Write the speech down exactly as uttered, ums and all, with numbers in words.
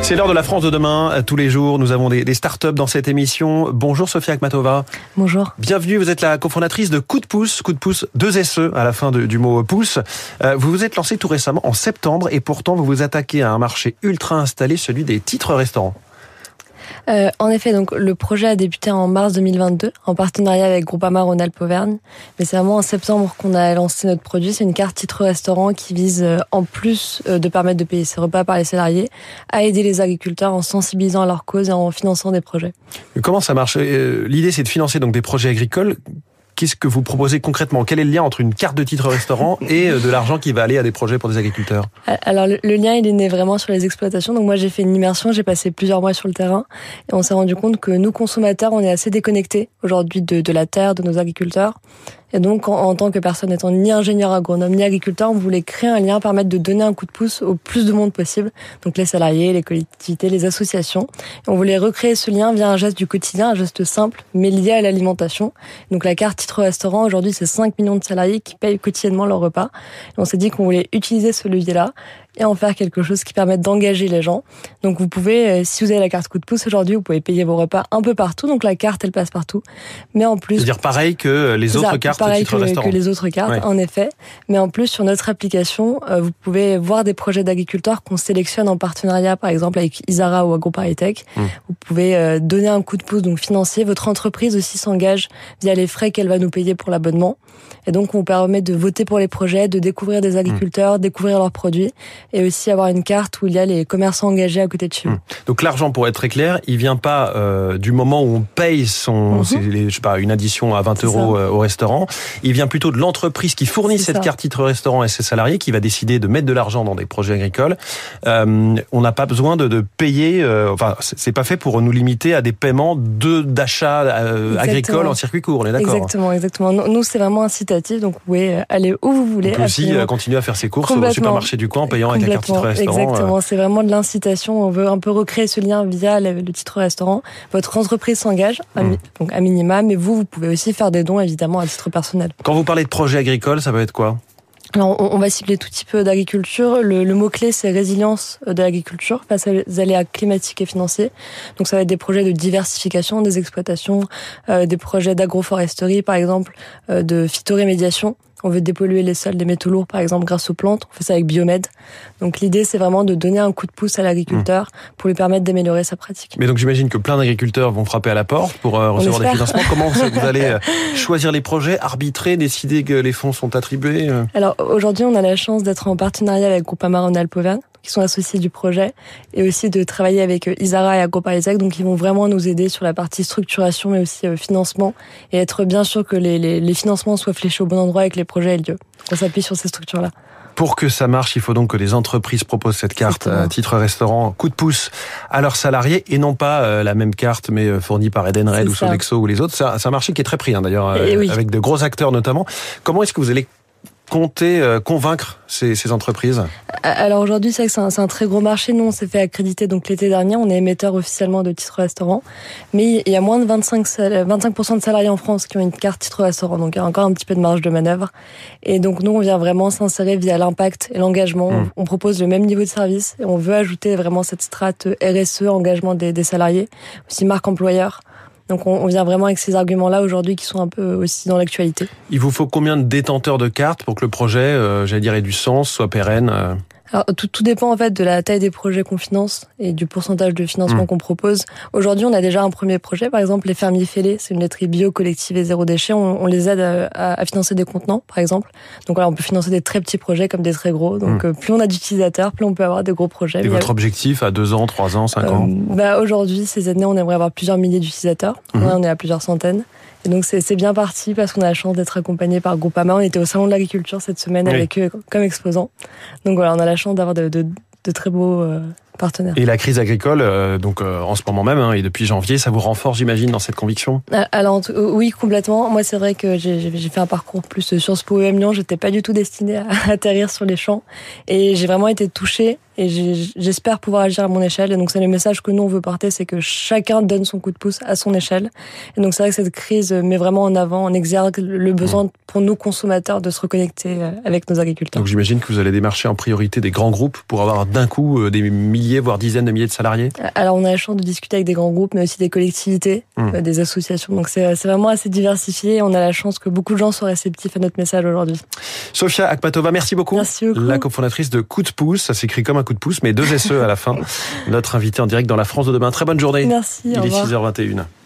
C'est l'heure de la France de demain. Tous les jours, nous avons des, des startups dans cette émission. Bonjour Sophia Akhmatova. Bonjour. Bienvenue, vous êtes la cofondatrice de Coup de pouce. Coup de pouce, deux S E à la fin de, du mot pouce. Euh, vous vous êtes lancé tout récemment en septembre et pourtant vous vous attaquez à un marché ultra installé, celui des titres restaurants. Euh, en effet, donc le projet a débuté en mars deux mille vingt-deux en partenariat avec Groupama Rhône-Alpes-Auvergne. Mais c'est vraiment en septembre qu'on a lancé notre produit. C'est une carte titre-restaurant qui vise, euh, en plus euh, de permettre de payer ses repas par les salariés, à aider les agriculteurs en sensibilisant à leur cause et en finançant des projets. Mais comment ça marche ? euh, L'idée, c'est de financer donc des projets agricoles. Qu'est-ce que vous proposez concrètement ? Quel est le lien entre une carte de titre restaurant et de l'argent qui va aller à des projets pour des agriculteurs ? Alors le, le lien, il est né vraiment sur les exploitations. Donc moi, j'ai fait une immersion, j'ai passé plusieurs mois sur le terrain et on s'est rendu compte que nous, consommateurs, on est assez déconnectés aujourd'hui de, de la terre, de nos agriculteurs. Et donc, en, en tant que personne étant ni ingénieur agronome, ni agriculteur, on voulait créer un lien, permettre de donner un coup de pouce au plus de monde possible. Donc les salariés, les collectivités, les associations. Et on voulait recréer ce lien via un geste du quotidien, un geste simple, mais lié à l'alimentation. Donc la carte titre-restaurant, aujourd'hui, c'est cinq millions de salariés qui payent quotidiennement leur repas. Et on s'est dit qu'on voulait utiliser ce levier-là et en faire quelque chose qui permette d'engager les gens. Donc vous pouvez, si vous avez la carte coup de pouce aujourd'hui, vous pouvez payer vos repas un peu partout. Donc la carte, elle passe partout. Mais en plus... C'est-à-dire pareil que les autres ça, cartes pareil titre que, restaurant. que les autres cartes, ouais. En effet. Mais en plus, sur notre application, euh, vous pouvez voir des projets d'agriculteurs qu'on sélectionne en partenariat, par exemple avec Isara ou AgroParisTech. Mmh. Vous pouvez euh, donner un coup de pouce donc financier. Votre entreprise aussi s'engage via les frais qu'elle va nous payer pour l'abonnement. Et donc, on vous permet de voter pour les projets, de découvrir des agriculteurs, mmh. découvrir leurs produits et aussi avoir une carte où il y a les commerçants engagés à côté de chez vous. Mmh. Donc l'argent, pour être très clair, il vient pas euh, du moment où on paye son, mmh. les, je sais pas, une addition à vingt euros euh, au restaurant. Il vient plutôt de l'entreprise qui fournit c'est cette ça. carte titre restaurant et ses salariés, qui va décider de mettre de l'argent dans des projets agricoles. Euh, on n'a pas besoin de, de payer. Euh, enfin, c'est pas fait pour nous limiter à des paiements de d'achat euh, agricoles en circuit court. On est d'accord. Exactement, exactement. Nous, c'est vraiment incitatif, donc vous pouvez aller où vous voulez. On peut aussi absolument. continuer à faire ses courses au supermarché du coin en payant avec la carte titre restaurant. Exactement, euh... c'est vraiment de l'incitation. On veut un peu recréer ce lien via le, le titre restaurant. Votre entreprise s'engage, mmh. donc à minima, mais vous, vous pouvez aussi faire des dons, évidemment, à titre personnel. Quand vous parlez de projet agricole, ça va être quoi ? Alors, on va cibler tout type d'agriculture. Le, le mot-clé, c'est résilience de l'agriculture face aux aléas climatiques et financiers. Donc, ça va être des projets de diversification des exploitations, euh, des projets d'agroforesterie, par exemple, euh, de phytorémédiation. On veut dépolluer les sols des métaux lourds, par exemple, grâce aux plantes. On fait ça avec Biomed. Donc, l'idée, c'est vraiment de donner un coup de pouce à l'agriculteur mmh. pour lui permettre d'améliorer sa pratique. Mais donc, j'imagine que plein d'agriculteurs vont frapper à la porte pour euh, recevoir des financements. Comment vous allez euh, choisir les projets, arbitrer, décider que les fonds sont attribués euh... Alors, aujourd'hui, on a la chance d'être en partenariat avec Groupama Rhône-Alpes-Auvergne, qui sont associés du projet, et aussi de travailler avec Isara et AgroParisTech. Donc, ils vont vraiment nous aider sur la partie structuration, mais aussi euh, financement, et être bien sûr que les, les, les financements soient fléchés au bon endroit et que les projets aient lieu. On s'appuie sur ces structures-là. Pour que ça marche, il faut donc que les entreprises proposent cette carte à titre restaurant, coup de pouce à leurs salariés, et non pas euh, la même carte, mais fournie par Edenred ou Sodexo ou les autres. C'est un marché qui est très pris, hein, d'ailleurs, euh, oui. avec de gros acteurs notamment. Comment est-ce que vous allez compter euh, convaincre ces, ces entreprises ? Alors aujourd'hui, c'est vrai que c'est un, c'est un très gros marché. Nous, on s'est fait accréditer donc l'été dernier. On est émetteur officiellement de titre restaurant. Mais il y a moins de vingt-cinq pour cent de salariés en France qui ont une carte titre restaurant. Donc il y a encore un petit peu de marge de manœuvre. Et donc nous, on vient vraiment s'insérer via l'impact et l'engagement. Mmh. On propose le même niveau de service et on veut ajouter vraiment cette strate R S E, engagement des, des salariés, aussi marque employeur. Donc on vient vraiment avec ces arguments-là aujourd'hui qui sont un peu aussi dans l'actualité. Il vous faut combien de détenteurs de cartes pour que le projet, euh, j'allais dire, ait du sens, soit pérenne euh... Alors, tout, tout dépend en fait de la taille des projets qu'on finance et du pourcentage de financement mmh. qu'on propose. Aujourd'hui, on a déjà un premier projet, par exemple les fermiers fêlés, c'est une laiterie bio, collective et zéro déchet. On, on les aide à, à, à financer des contenants, par exemple. Donc voilà, on peut financer des très petits projets comme des très gros. Donc mmh. plus on a d'utilisateurs, plus on peut avoir des gros projets. Et votre a... objectif à deux ans, trois ans, cinq euh, ans bah, aujourd'hui, ces années, on aimerait avoir plusieurs milliers d'utilisateurs. Mmh. Là, on est à plusieurs centaines. Et donc c'est, c'est bien parti parce qu'on a la chance d'être accompagné par Groupama. On était au Salon de l'Agriculture cette semaine oui. avec eux comme exposants. Donc voilà, on a la chance d'avoir de, de, de très beaux euh, partenaires. Et la crise agricole, euh, donc euh, en ce moment même, hein, et depuis janvier, ça vous renforce, j'imagine, dans cette conviction ? Alors oui, complètement. Moi, c'est vrai que j'ai, j'ai fait un parcours plus Sciences Po E M Lyon. J'étais pas du tout destinée à atterrir sur les champs. Et j'ai vraiment été touchée et j'espère pouvoir agir à mon échelle. Et donc c'est le message que nous on veut porter, c'est que chacun donne son coup de pouce à son échelle. Et donc c'est vrai que cette crise met vraiment en avant, en exergue le besoin pour nous consommateurs de se reconnecter avec nos agriculteurs. Donc j'imagine que vous allez démarcher en priorité des grands groupes pour avoir d'un coup des milliers, voire dizaines de milliers de salariés. Alors on a la chance de discuter avec des grands groupes, mais aussi des collectivités, mmh. des associations. Donc c'est, c'est vraiment assez diversifié. Et on a la chance que beaucoup de gens soient réceptifs à notre message aujourd'hui. Sofia Akhmatova, merci beaucoup. Merci beaucoup. La cofondatrice de Coup de pouce, ça s'écrit comme un coup de pouce, mais deux S E à la fin. Notre invitée en direct dans La France de demain. Très bonne journée. Merci. Il est six heures vingt et une.